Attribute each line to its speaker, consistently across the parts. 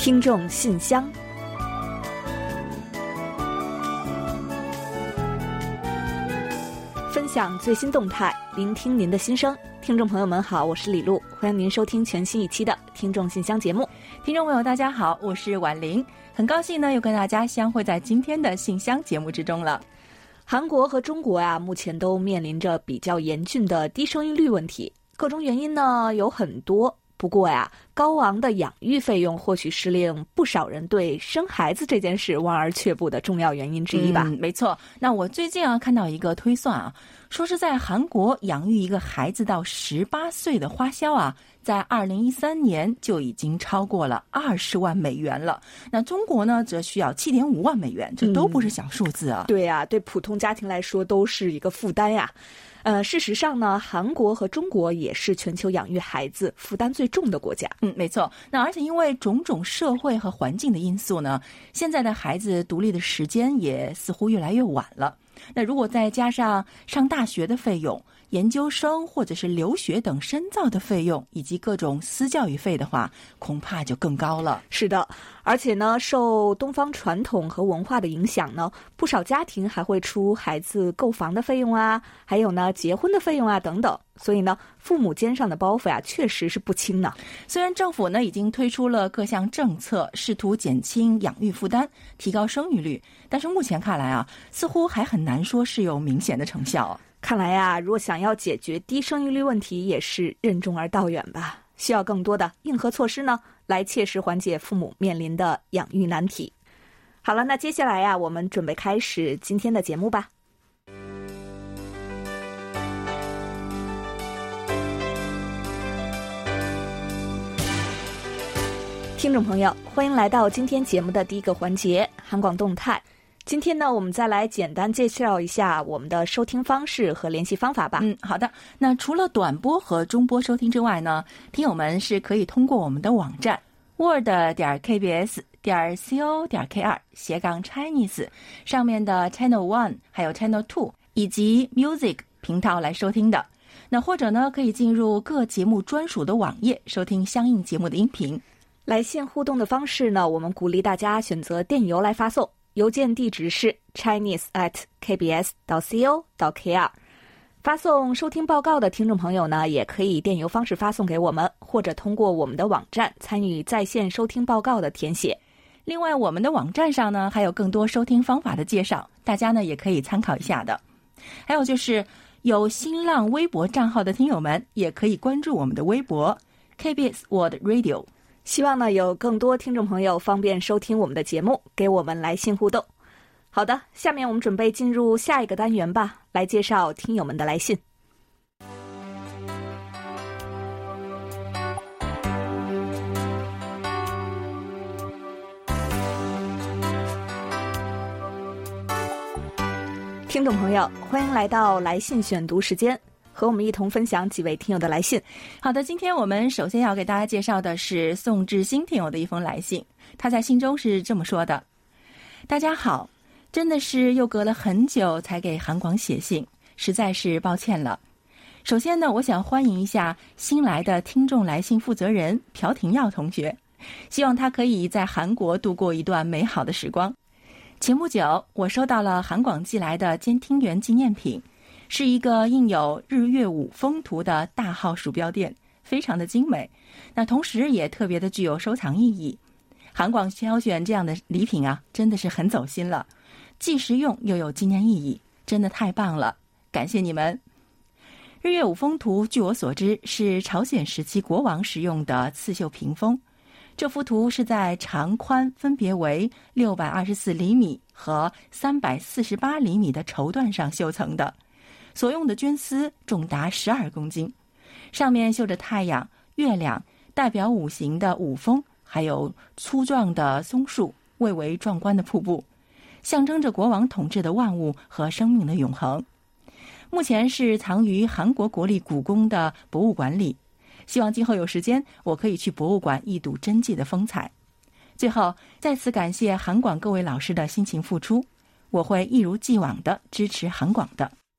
Speaker 1: 听众信箱，分享最新动态，聆听您的心声。听众朋友们好，我是李璐，欢迎您收听全新一期的听众信箱节目。
Speaker 2: 听众朋友大家好，我是婉玲，很高兴呢又跟大家相会在今天的信箱节目之中了。
Speaker 1: 韩国和中国目前都面临着比较严峻的低生育率问题，各种原因呢有很多。不过高昂的养育费用或许是令不少人对生孩子这件事望而却步的重要原因之一吧。
Speaker 2: 没错。那我最近看到一个推算说是在韩国养育一个孩子到18岁的花销在2013年就已经超过了20万美元了。那中国呢，则需要7.5万美元，这都不是小数字
Speaker 1: 对对普通家庭来说都是一个负担事实上呢，韩国和中国也是全球养育孩子负担最重的国家。
Speaker 2: 没错。那而且因为种种社会和环境的因素呢，现在的孩子独立的时间也似乎越来越晚了。那如果再加上上大学的费用、研究生或者是留学等深造的费用，以及各种私教育费的话，恐怕就更高了。
Speaker 1: 是的，而且呢，受东方传统和文化的影响呢，不少家庭还会出孩子购房的费用还有呢结婚的费用等等。所以呢，父母肩上的包袱确实是不轻呢。
Speaker 2: 虽然政府呢已经推出了各项政策，试图减轻养育负担，提高生育率，但是目前看来似乎还很难说是有明显的成效。
Speaker 1: 看来如果想要解决低生育率问题，也是任重而道远吧。需要更多的硬核措施呢，来切实缓解父母面临的养育难题。好了，那接下来我们准备开始今天的节目吧。听众朋友，欢迎来到今天节目的第一个环节——韩广动态。今天呢，我们再来简单介绍一下我们的收听方式和联系方法吧。
Speaker 2: 好的。那除了短波和中波收听之外呢，听友们是可以通过我们的网站 word.kbs.co.kr/Chinese 上面的 Channel 1还有 Channel 2以及 Music 频道来收听的。那或者呢，可以进入各节目专属的网页收听相应节目的音频。
Speaker 1: 来信互动的方式呢，我们鼓励大家选择电邮来发送，邮件地址是 chinese@kbs.co.kr。 发送收听报告的听众朋友呢，也可以电邮方式发送给我们，或者通过我们的网站参与在线收听报告的填写。
Speaker 2: 另外，我们的网站上呢还有更多收听方法的介绍，大家呢也可以参考一下的。还有就是有新浪微博账号的听友们，也可以关注我们的微博 KBS World Radio。
Speaker 1: 希望呢有更多听众朋友方便收听我们的节目，给我们来信互动。好的，下面我们准备进入下一个单元吧，来介绍听友们的来信。听众朋友，欢迎来到来信选读时间，和我们一同分享几位听友的来信。
Speaker 2: 好的，今天我们首先要给大家介绍的是宋志新听友的一封来信。他在信中是这么说的：大家好，真的是又隔了很久才给韩广写信，实在是抱歉了。首先呢，我想欢迎一下新来的听众来信负责人朴廷耀同学，希望他可以在韩国度过一段美好的时光。前不久，我收到了韩广寄来的监听员纪念品，是一个印有日月五风图的大号鼠标垫，非常的精美，那同时也特别的具有收藏意义。韩广挑选这样的礼品真的是很走心了，既实用又有纪念意义，真的太棒了，感谢你们。日月五风图据我所知是朝鲜时期国王使用的刺绣屏风，这幅图是在长宽分别为624厘米和348厘米的绸缎上绣成的，所用的绢丝重达12公斤，上面绣着太阳、月亮，代表五行的五峰，还有粗壮的松树，蔚为壮观的瀑布，象征着国王统治的万物和生命的永恒。目前是藏于韩国国立故宫的博物馆里，希望今后有时间我可以去博物馆一睹真迹的风采。最后再次感谢韩广各位老师的辛勤付出，我会一如既往地支持韩广的。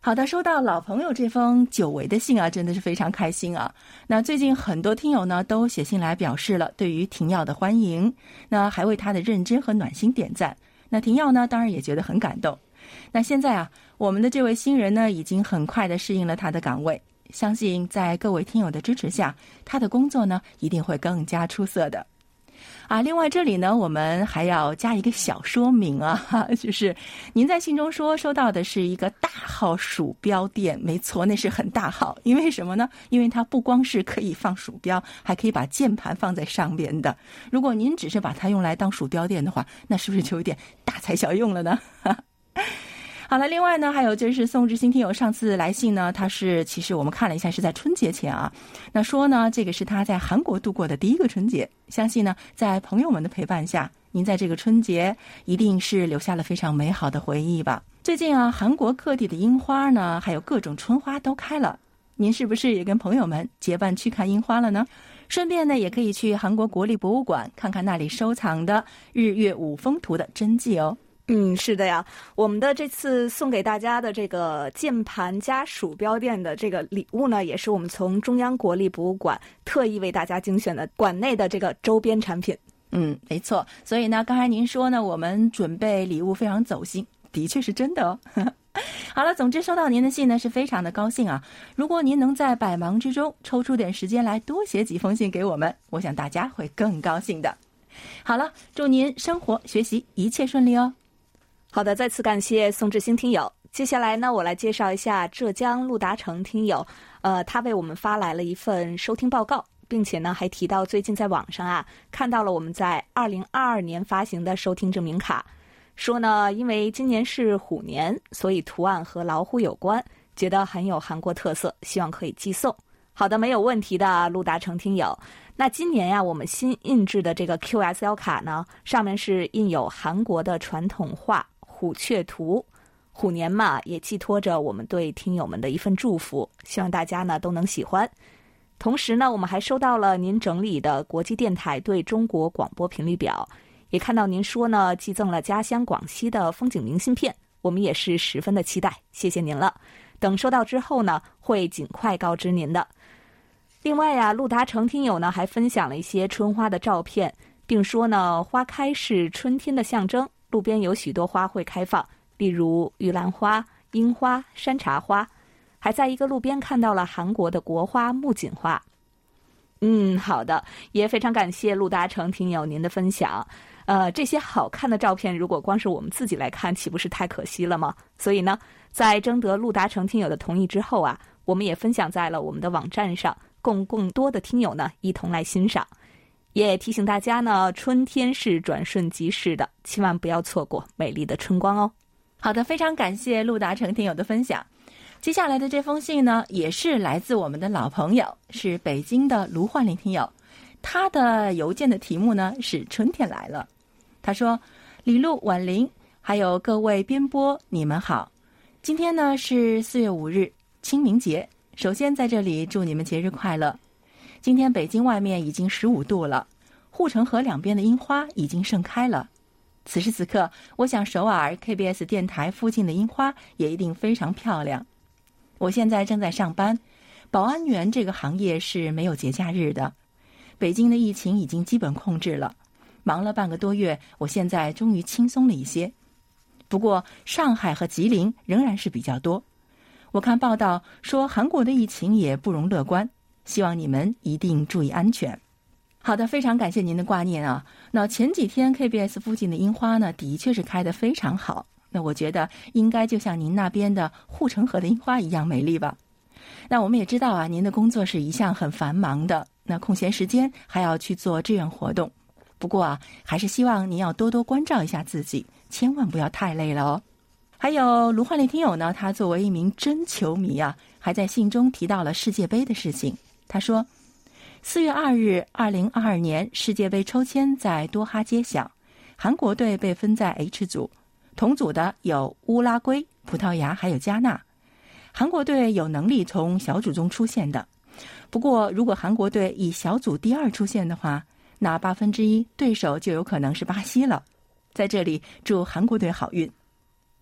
Speaker 2: 好的，收到老朋友这封久违的信啊，真的是非常开心啊。那最近很多听友呢都写信来表示了对于庭耀的欢迎，那还为他的认真和暖心点赞。那庭耀呢当然也觉得很感动。那现在啊，我们的这位新人呢已经很快的适应了他的岗位，相信在各位听友的支持下，他的工作呢一定会更加出色的。另外这里呢我们还要加一个小说明啊，就是您在信中说收到的是一个大号鼠标垫，没错，那是很大号。因为什么呢？因为它不光是可以放鼠标，还可以把键盘放在上边的。如果您只是把它用来当鼠标垫的话，那是不是就有点大材小用了呢？好了，另外呢，还有就是宋志新听友上次来信呢，其实我们看了一下是在春节前啊，那说呢这个是他在韩国度过的第一个春节，相信呢在朋友们的陪伴下，您在这个春节一定是留下了非常美好的回忆吧。最近啊，韩国各地的樱花呢，还有各种春花都开了，您是不是也跟朋友们结伴去看樱花了呢？顺便呢，也可以去韩国国立博物馆看看那里收藏的日月五风图的真迹哦。
Speaker 1: 是的呀，我们的这次送给大家的这个键盘加鼠标垫的这个礼物呢，也是我们从中央国立博物馆特意为大家精选的馆内的这个周边产品。
Speaker 2: 没错。所以呢，刚才您说呢，我们准备礼物非常走心，的确是真的哦。好了，总之收到您的信呢是非常的高兴啊。如果您能在百忙之中抽出点时间来多写几封信给我们，我想大家会更高兴的。好了，祝您生活学习一切顺利哦。
Speaker 1: 好的，再次感谢宋志新听友。接下来呢，我来介绍一下浙江陆达成听友，他为我们发来了一份收听报告，并且呢还提到最近在网上啊看到了我们在2022年发行的收听证明卡，说呢因为今年是虎年，所以图案和老虎有关，觉得很有韩国特色，希望可以寄送。好的，没有问题的，陆达成听友。那今年呀，我们新印制的这个 QSL 卡呢，上面是印有韩国的传统画虎雀图，虎年嘛，也寄托着我们对听友们的一份祝福，希望大家呢都能喜欢。同时呢，我们还收到了您整理的国际电台对中国广播频率表，也看到您说呢寄赠了家乡广西的风景明信片，我们也是十分的期待，谢谢您了。等收到之后呢，会尽快告知您的。另外呀，陆达成听友呢还分享了一些春花的照片，并说呢花开是春天的象征，路边有许多花卉开放，例如玉兰花、樱花、山茶花，还在一个路边看到了韩国的国花木槿花。好的，也非常感谢陆达成听友您的分享。这些好看的照片如果光是我们自己来看，岂不是太可惜了吗？所以呢，在征得陆达成听友的同意之后啊，我们也分享在了我们的网站上，供更多的听友呢一同来欣赏。也提醒大家呢，春天是转瞬即逝的，千万不要错过美丽的春光哦。
Speaker 2: 好的，非常感谢陆达成听友的分享。接下来的这封信呢，也是来自我们的老朋友，是北京的卢焕林听友。他的邮件的题目呢是春天来了。他说：李璐、婉玲还有各位编播，你们好。今天呢是4月5日清明节，首先在这里祝你们节日快乐。今天北京外面已经15度了，护城河两边的樱花已经盛开了。此时此刻，我想首尔 KBS 电台附近的樱花也一定非常漂亮。我现在正在上班，保安员这个行业是没有节假日的。北京的疫情已经基本控制了，忙了半个多月，我现在终于轻松了一些。不过上海和吉林仍然是比较多。我看报道说韩国的疫情也不容乐观，希望你们一定注意安全。好的，非常感谢您的挂念啊。那前几天 KBS 附近的樱花呢，的确是开得非常好。那我觉得应该就像您那边的护城河的樱花一样美丽吧。那我们也知道啊，您的工作是一向很繁忙的，那空闲时间还要去做志愿活动。不过啊，还是希望您要多多关照一下自己，千万不要太累了哦。还有卢焕烈听友呢，他作为一名真球迷啊，还在信中提到了世界杯的事情。他说，4月2日2022年世界杯抽签在多哈揭晓，韩国队被分在 H 组，同组的有乌拉圭、葡萄牙还有加纳。韩国队有能力从小组中出现的，不过如果韩国队以小组第2出现的话，那1/8对手就有可能是巴西了。在这里祝韩国队好运。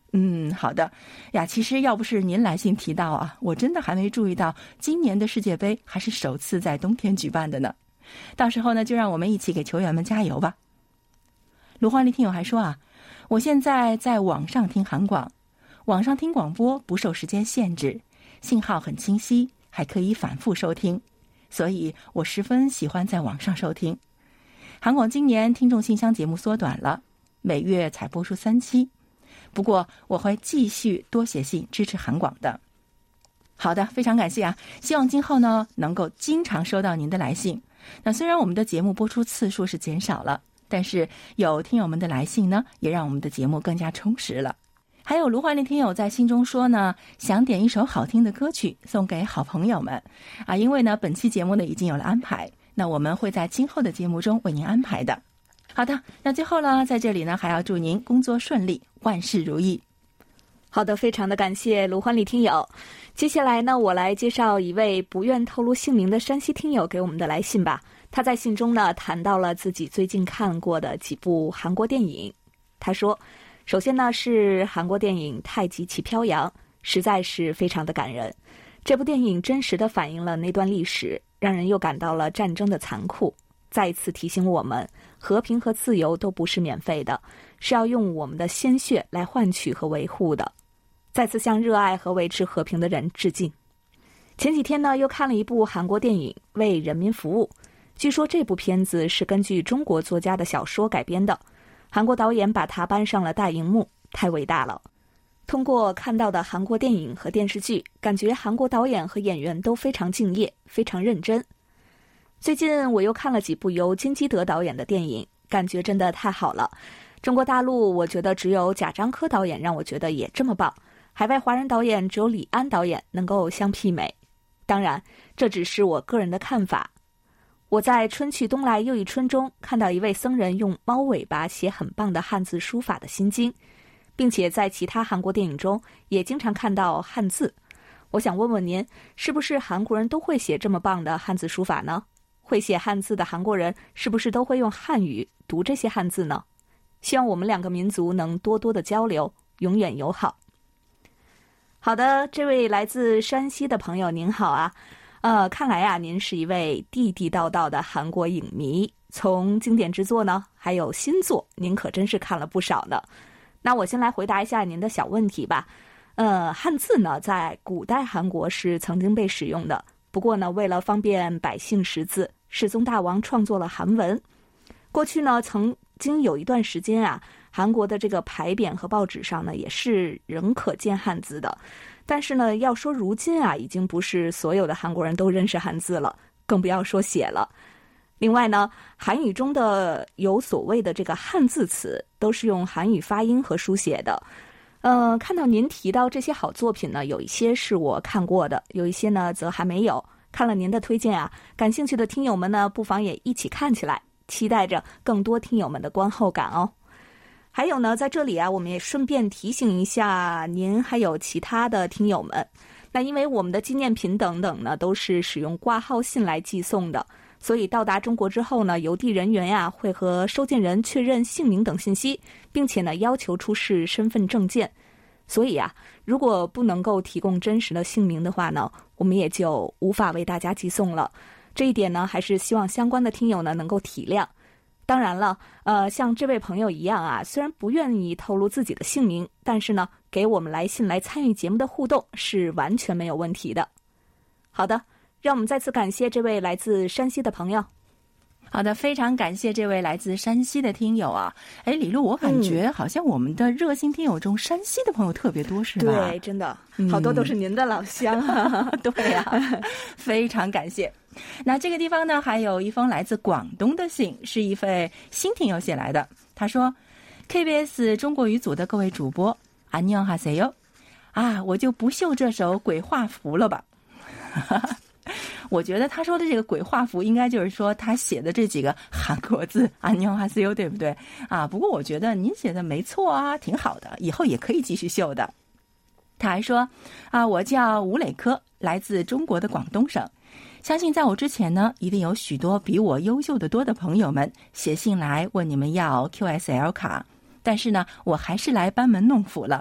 Speaker 2: 好的呀。其实要不是您来信提到啊，我真的还没注意到今年的世界杯还是首次在冬天举办的呢。到时候呢，就让我们一起给球员们加油吧。卢焕丽听友还说啊，我现在在网上听韩广，网上听广播不受时间限制，信号很清晰，还可以反复收听，所以我十分喜欢在网上收听。韩广今年听众信箱节目缩短了，每月才播出3期，不过我会继续多写信支持韩广的。好的，非常感谢啊！希望今后呢能够经常收到您的来信。那虽然我们的节目播出次数是减少了，但是有听友们的来信呢，也让我们的节目更加充实了。还有卢焕丽听友在信中说呢，想点一首好听的歌曲送给好朋友们啊，因为呢本期节目呢已经有了安排，那我们会在今后的节目中为您安排的。好的，那最后呢，在这里呢还要祝您工作顺利，万事如意。
Speaker 1: 好的，非常的感谢卢焕丽听友。接下来呢，我来介绍一位不愿透露姓名的山西听友给我们的来信吧。他在信中呢谈到了自己最近看过的几部韩国电影。他说，首先呢是韩国电影《太极旗飘扬》，实在是非常的感人。这部电影真实地反映了那段历史，让人又感到了战争的残酷，再一次提醒我们，和平和自由都不是免费的，是要用我们的鲜血来换取和维护的。再次向热爱和维持和平的人致敬。前几天呢，又看了一部韩国电影《为人民服务》，据说这部片子是根据中国作家的小说改编的，韩国导演把它搬上了大荧幕，太伟大了。通过看到的韩国电影和电视剧，感觉韩国导演和演员都非常敬业，非常认真。最近我又看了几部由金基德导演的电影，感觉真的太好了。中国大陆我觉得只有贾樟柯导演让我觉得也这么棒，海外华人导演只有李安导演能够相媲美。当然，这只是我个人的看法。我在春去冬来又一春中看到一位僧人用猫尾巴写很棒的汉字书法的心经，并且在其他韩国电影中也经常看到汉字。我想问问您，是不是韩国人都会写这么棒的汉字书法呢？会写汉字的韩国人是不是都会用汉语读这些汉字呢？希望我们两个民族能多多的交流，永远友好。好的，这位来自山西的朋友您好啊，看来啊您是一位地地道道的韩国影迷，从经典之作呢还有新作您可真是看了不少呢。那我先来回答一下您的小问题吧。汉字呢在古代韩国是曾经被使用的，不过呢为了方便百姓识字，世宗大王创作了韩文。过去呢曾经有一段时间啊，韩国的这个牌匾和报纸上呢也是仍可见汉字的，但是呢要说如今啊，已经不是所有的韩国人都认识汉字了，更不要说写了。另外呢，韩语中的有所谓的这个汉字词都是用韩语发音和书写的。看到您提到这些好作品呢，有一些是我看过的，有一些呢则还没有。看了您的推荐啊，感兴趣的听友们呢不妨也一起看起来，期待着更多听友们的观后感哦。还有呢，在这里啊，我们也顺便提醒一下您还有其他的听友们，那因为我们的纪念品等等呢都是使用挂号信来寄送的，所以到达中国之后呢，邮递人员呀会和收件人确认姓名等信息，并且呢要求出示身份证件。所以啊，如果不能够提供真实的姓名的话呢，我们也就无法为大家寄送了。这一点呢，还是希望相关的听友呢能够体谅。当然了，像这位朋友一样啊，虽然不愿意透露自己的姓名，但是呢，给我们来信来参与节目的互动是完全没有问题的。好的，让我们再次感谢这位来自山西的朋友。
Speaker 2: 好的，非常感谢这位来自山西的听友啊！哎，李璐，我感觉好像我们的热心听友中，山西的朋友特别多，是吧？
Speaker 1: 对，真的，好多都是您的老乡啊！
Speaker 2: 对呀，非常感谢。那这个地方呢，还有一封来自广东的信，是一位新听友写来的。他说 ：“KBS 中国语组的各位主播，안녕하세요啊，我就不秀这首鬼画符了吧。”我觉得他说的这个鬼画符应该就是说他写的这几个韩国字안녕하세요，对不对啊？不过我觉得您写的没错啊，挺好的，以后也可以继续秀的。他还说啊，我叫吴磊科，来自中国的广东省。相信在我之前呢，一定有许多比我优秀的多的朋友们写信来问你们要 QSL 卡，但是呢，我还是来班门弄斧了。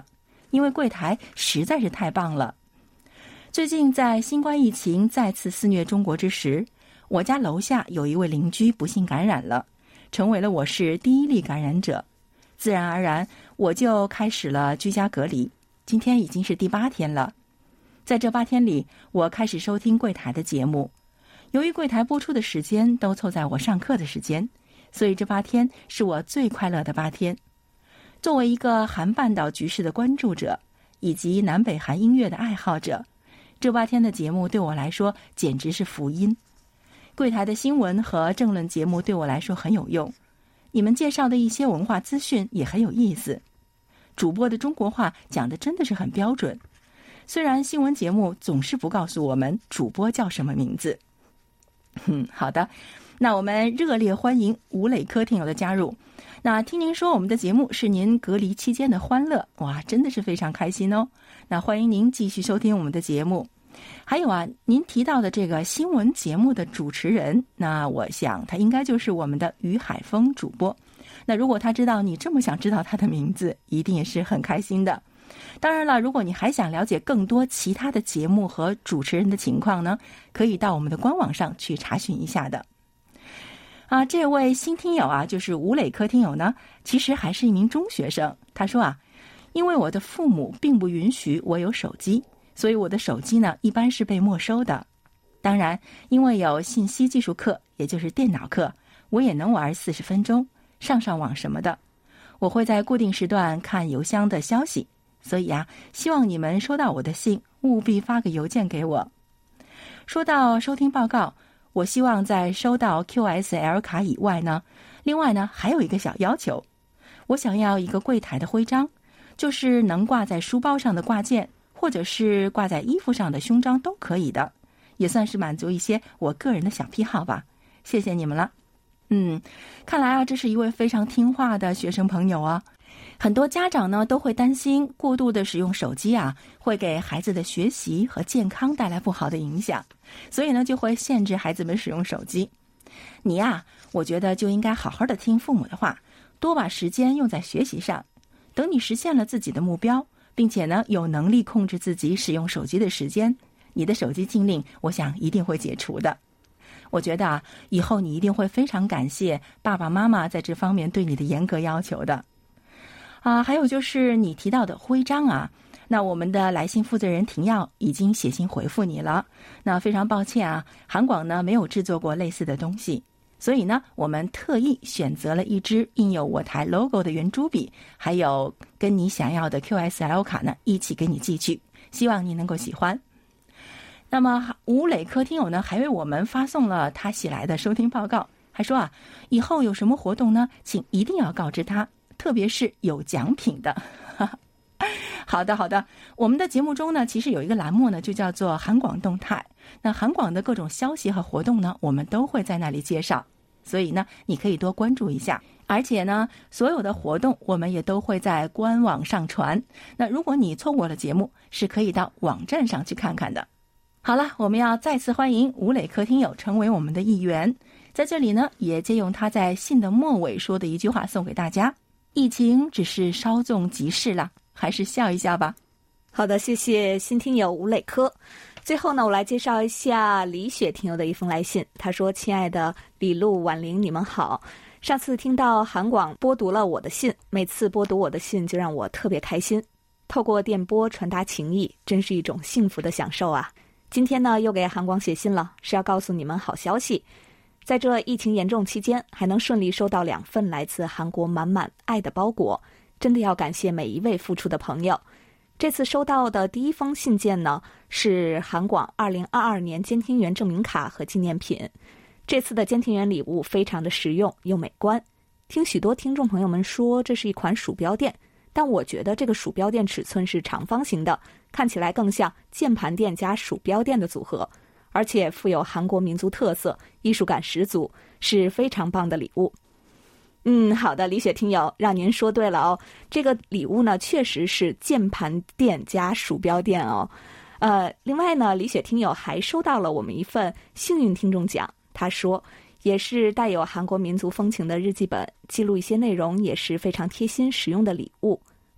Speaker 2: 因为柜台实在是太棒了。最近在新冠疫情再次肆虐中国之时，我家楼下有一位邻居不幸感染了，成为了我市第一例感染者。自然而然，我就开始了居家隔离，今天已经是第8天了。在这8天里，我开始收听柜台的节目。由于柜台播出的时间都凑在我上课的时间，所以这8天是我最快乐的8天。作为一个韩半岛局势的关注者，以及南北韩音乐的爱好者，这8天的节目对我来说简直是福音。柜台的新闻和政论节目对我来说很有用，你们介绍的一些文化资讯也很有意思。主播的中国话讲的真的是很标准，虽然新闻节目总是不告诉我们主播叫什么名字。好的，那我们热烈欢迎吴磊科听友的加入。那听您说我们的节目是您隔离期间的欢乐，哇，真的是非常开心哦。那欢迎您继续收听我们的节目。还有啊，您提到的这个新闻节目的主持人，那我想他应该就是我们的于海峰主播。那如果他知道你这么想知道他的名字，一定也是很开心的。当然了，如果你还想了解更多其他的节目和主持人的情况呢，可以到我们的官网上去查询一下的。这位新听友啊，就是吴磊科听友呢，其实还是一名中学生。他说啊，因为我的父母并不允许我有手机，所以我的手机呢一般是被没收的。当然，因为有信息技术课，也就是电脑课，我也能玩40分钟，上网什么的。我会在固定时段看邮箱的消息，所以啊，希望你们收到我的信，务必发个邮件给我。说到收听报告，我希望在收到 QSL 卡以外呢，另外呢还有一个小要求，我想要一个柜台的徽章，就是能挂在书包上的挂件，或者是挂在衣服上的胸章都可以的，也算是满足一些我个人的小癖好吧。谢谢你们了。看来啊，这是一位非常听话的学生朋友啊。很多家长呢都会担心过度的使用手机啊，会给孩子的学习和健康带来不好的影响，所以呢就会限制孩子们使用手机。你呀，我觉得就应该好好的听父母的话，多把时间用在学习上。等你实现了自己的目标，并且呢有能力控制自己使用手机的时间，你的手机禁令我想一定会解除的。我觉得啊，以后你一定会非常感谢爸爸妈妈在这方面对你的严格要求的。还有就是你提到的徽章啊，那我们的来信负责人廷耀已经写信回复你了。那非常抱歉啊，韩广呢没有制作过类似的东西，所以呢我们特意选择了一支印有我台 logo 的圆珠笔，还有跟你想要的 QSL 卡呢一起给你寄去，希望你能够喜欢。那么吴磊科听友呢还为我们发送了他写来的收听报告，还说啊，以后有什么活动呢，请一定要告知他，特别是有奖品的。好的，我们的节目中呢其实有一个栏目呢就叫做韩广动态，那韩广的各种消息和活动呢我们都会在那里介绍，所以呢你可以多关注一下。而且呢所有的活动我们也都会在官网上传，那如果你错过了节目，是可以到网站上去看看的。好了，我们要再次欢迎吴磊科听友成为我们的一员。在这里呢也借用他在信的末尾说的一句话送给大家，疫情只是稍纵即逝了，还是笑一笑吧。
Speaker 1: 好的，谢谢新听友吴磊科。最后呢，我来介绍一下李雪听友的一封来信。他说，亲爱的李璐、婉玲，你们好。上次听到韩广播读了我的信，每次播读我的信就让我特别开心，透过电波传达情谊，真是一种幸福的享受啊。今天呢又给韩广写信了，是要告诉你们好消息。在这疫情严重期间，还能顺利收到2份来自韩国满满爱的包裹，真的要感谢每一位付出的朋友。这次收到的第一封信件呢，是韩广2022年监听员证明卡和纪念品。这次的监听员礼物非常的实用又美观。听许多听众朋友们说这是一款鼠标垫，但我觉得这个鼠标垫尺寸是长方形的，看起来更像键盘垫加鼠标垫的组合，而且富有韩国民族特色，艺术感十足，是非常棒的礼物。好的，李雪听友，让您说对了哦，这个礼物呢确实是键盘垫加鼠标垫哦。另外呢，李雪听友还收到了我们一份幸运听众奖，他说也是带有韩国民族风情的日记本，记录一些内容，也是非常贴心实用的礼物。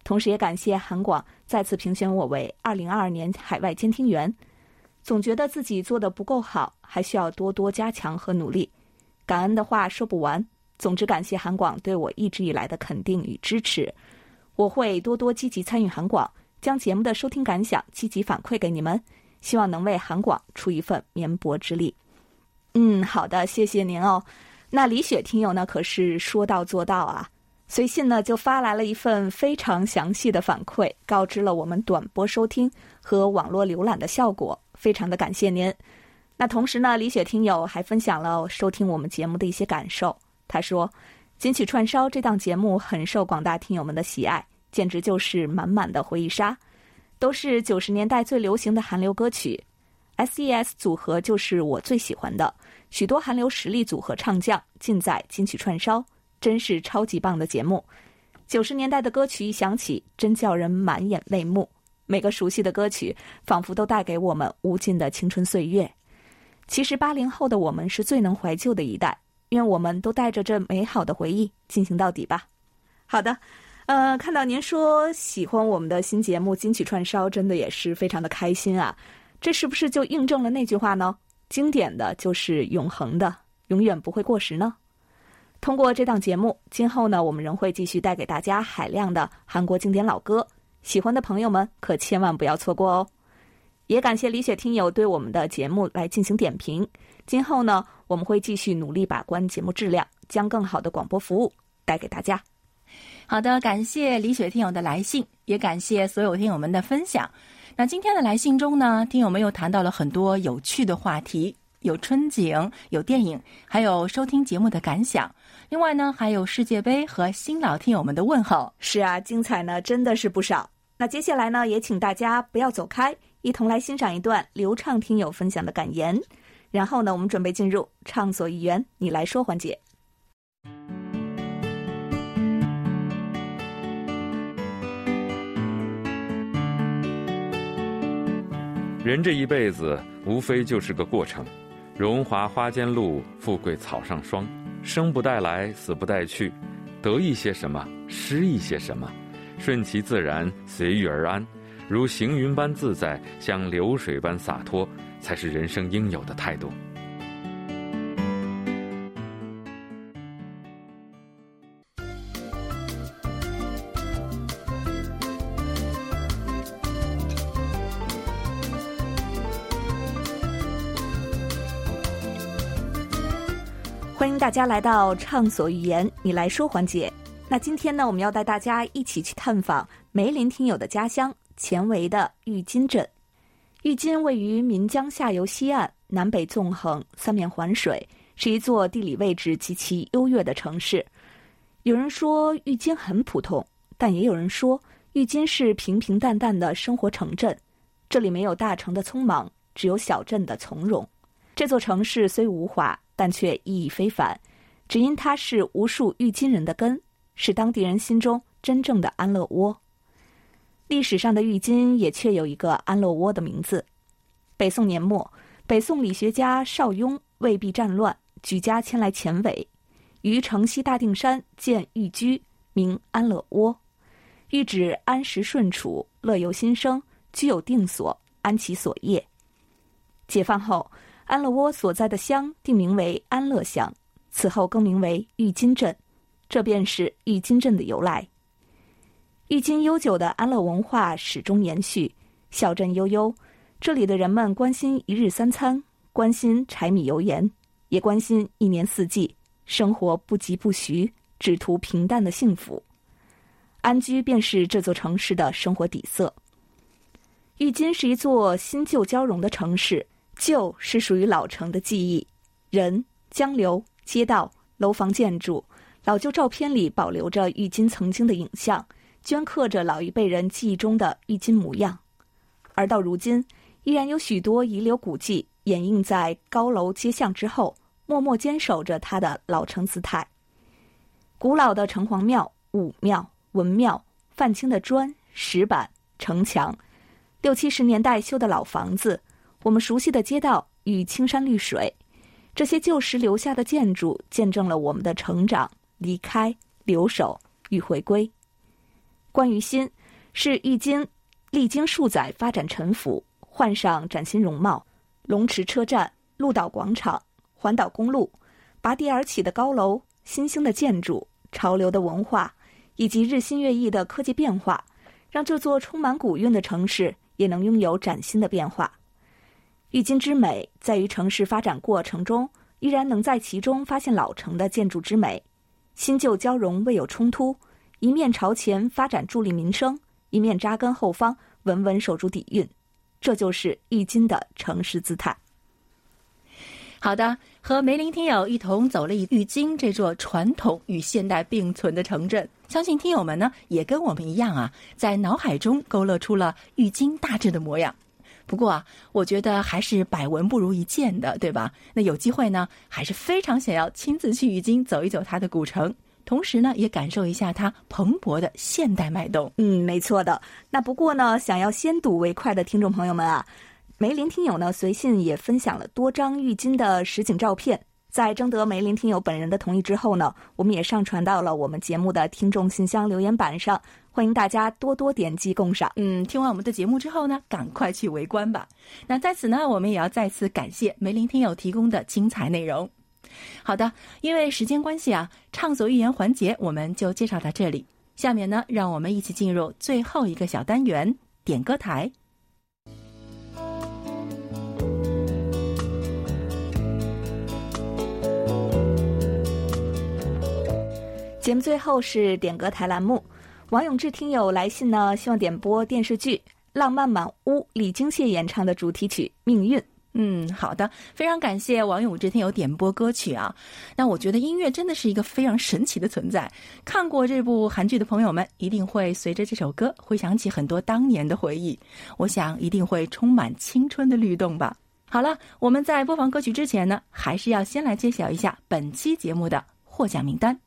Speaker 1: 同时也感谢韩广再次评选我为2022年海外监听员。总觉得自己做得不够好，还需要多多加强和努力。感恩的话说不完。总之感谢韩广对我一直以来的肯定与支持。我会多多积极参与韩广，将节目的收听感想积极反馈给你们，希望能为韩广出一份绵薄之力。好的，谢谢您哦。那李雪听友呢，可是说到做到啊。随信呢就发来了一份非常详细的反馈，告知了我们短波收听和网络浏览的效果，非常的感谢您。那同时呢，李雪听友还分享了收听我们节目的一些感受。他说，金曲串烧这档节目很受广大听友们的喜爱，简直就是满满的回忆杀，都是90年代最流行的韩流歌曲。SES 组合就是我最喜欢的，许多韩流实力组合唱将尽在金曲串烧，真是超级棒的节目。90年代的歌曲一响起，真叫人满眼泪目，每个熟悉的歌曲仿佛都带给我们无尽的青春岁月。其实80后的我们是最能怀旧的一代，愿我们都带着这美好的回忆进行到底吧。好的，看到您说喜欢我们的新节目金曲串烧，真的也是非常的开心啊。这是不是就印证了那句话呢？经典的就是永恒的，永远不会过时呢。通过这档节目，今后呢，我们仍会继续带给大家海量的韩国经典老歌，喜欢的朋友们可千万不要错过哦。也感谢李雪听友对我们的节目来进行点评，今后呢，我们会继续努力把关节目质量，将更好的广播服务带给大家。
Speaker 2: 好的，感谢李雪听友的来信，也感谢所有听友们的分享。那今天的来信中呢，听友们又谈到了很多有趣的话题，有春景，有电影，还有收听节目的感想。另外呢，还有世界杯和新老听友们的问候。
Speaker 1: 是啊，精彩呢真的是不少。那接下来呢，也请大家不要走开，一同来欣赏一段流畅听友分享的感言。然后呢，我们准备进入畅所欲言你来说环节。
Speaker 3: 人这一辈子无非就是个过程，荣华花间露，富贵草上霜，生不带来，死不带去，得一些什么，失一些什么，顺其自然，随遇而安，如行云般自在，像流水般洒脱，才是人生应有的态度。
Speaker 1: 欢迎大家来到畅所欲言你来说环节。那今天呢，我们要带大家一起去探访梅林听友的家乡前围的玉金镇。玉金位于岷江下游西岸，南北纵横，三面环水，是一座地理位置极其优越的城市。有人说玉金很普通，但也有人说玉金是平平淡淡的生活城镇，这里没有大城的匆忙，只有小镇的从容。这座城市虽无华，但却意义非凡，只因它是无数玉金人的根，是当地人心中真正的安乐窝。历史上的玉金也确有一个安乐窝的名字。北宋年末，北宋理学家邵雍为避战乱，举家迁来前围，于城西大定山建寓居，名安乐窝。寓指安时顺处，乐由心生，居有定所，安其所业。解放后，安乐窝所在的乡定名为安乐乡，此后更名为玉金镇，这便是玉金镇的由来。玉金悠久的安乐文化始终延续，小镇悠悠，这里的人们关心一日三餐，关心柴米油盐，也关心一年四季，生活不疾不徐，只图平淡的幸福。安居便是这座城市的生活底色。玉金是一座新旧交融的城市，旧是属于老城的记忆，人、江流、街道、楼房建筑，老旧照片里保留着玉金曾经的影像，镌刻着老一辈人记忆中的玉金模样。而到如今，依然有许多遗留古迹掩映在高楼街巷之后，默默坚守着它的老城姿态。古老的城隍庙、武庙、文庙，泛青的砖、石板、城墙，60、70年代修的老房子，我们熟悉的街道与青山绿水，这些旧时留下的建筑见证了我们的成长、离开、留守与回归。 关于心，是郁金历经数载发展沉浮，换上崭新容貌，龙池车站、鹿岛广场、环岛公路，拔地而起的高楼、新兴的建筑、潮流的文化，以及日新月异的科技变化，让这座充满古韵的城市也能拥有崭新的变化。郁金之美在于城市发展过程中依然能在其中发现老城的建筑之美，新旧交融未有冲突，一面朝前发展助力民生，一面扎根后方稳稳守住底蕴，这就是郁金的城市姿态。
Speaker 2: 好的，和梅林听友一同走了郁金这座传统与现代并存的城镇，相信听友们呢也跟我们一样啊，在脑海中勾勒出了郁金大致的模样。不过啊，我觉得还是百闻不如一见的，对吧？那有机会呢，还是非常想要亲自去郁金走一走它的古城，同时呢，也感受一下它蓬勃的现代脉动。
Speaker 1: 没错的。那不过呢，想要先睹为快的听众朋友们啊，梅林听友呢随信也分享了多张郁金的实景照片，在征得梅林听友本人的同意之后呢，我们也上传到了我们节目的听众信箱留言板上，欢迎大家多多点击共赏。
Speaker 2: 听完我们的节目之后呢，赶快去围观吧。那在此呢，我们也要再次感谢梅林听友提供的精彩内容。好的，因为时间关系啊，畅所欲言环节我们就介绍到这里。下面呢，让我们一起进入最后一个小单元——点歌台。
Speaker 1: 节目最后是点歌台栏目，王永志听友来信呢，希望点播电视剧《浪漫满屋》李金谢演唱的主题曲《命运》。
Speaker 2: 好的，非常感谢王永志听友点播歌曲啊。那我觉得音乐真的是一个非常神奇的存在，看过这部韩剧的朋友们一定会随着这首歌回想起很多当年的回忆，我想一定会充满青春的律动吧。好了，我们在播放歌曲之前呢，还是要先来揭晓一下本期节目的获奖名单。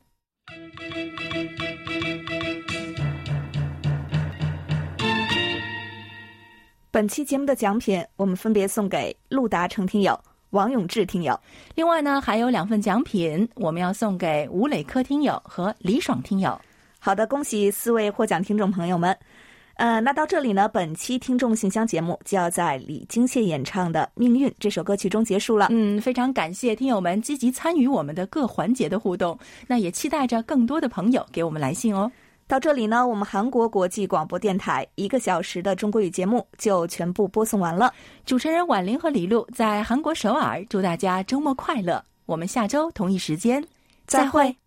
Speaker 1: 本期节目的奖品我们分别送给陆达成听友、王永志听友，
Speaker 2: 另外呢还有2份奖品我们要送给吴磊科听友和李爽听友。
Speaker 1: 好的，恭喜4位获奖听众朋友们。那到这里呢，本期听众信箱节目就要在李金谢演唱的《命运》这首歌曲中结束了。
Speaker 2: 非常感谢听友们积极参与我们的各环节的互动，那也期待着更多的朋友给我们来信哦。
Speaker 1: 到这里呢，我们韩国国际广播电台1个小时的中国语节目就全部播送完了。
Speaker 2: 主持人婉玲和李璐在韩国首尔，祝大家周末快乐。我们下周同一时间再会。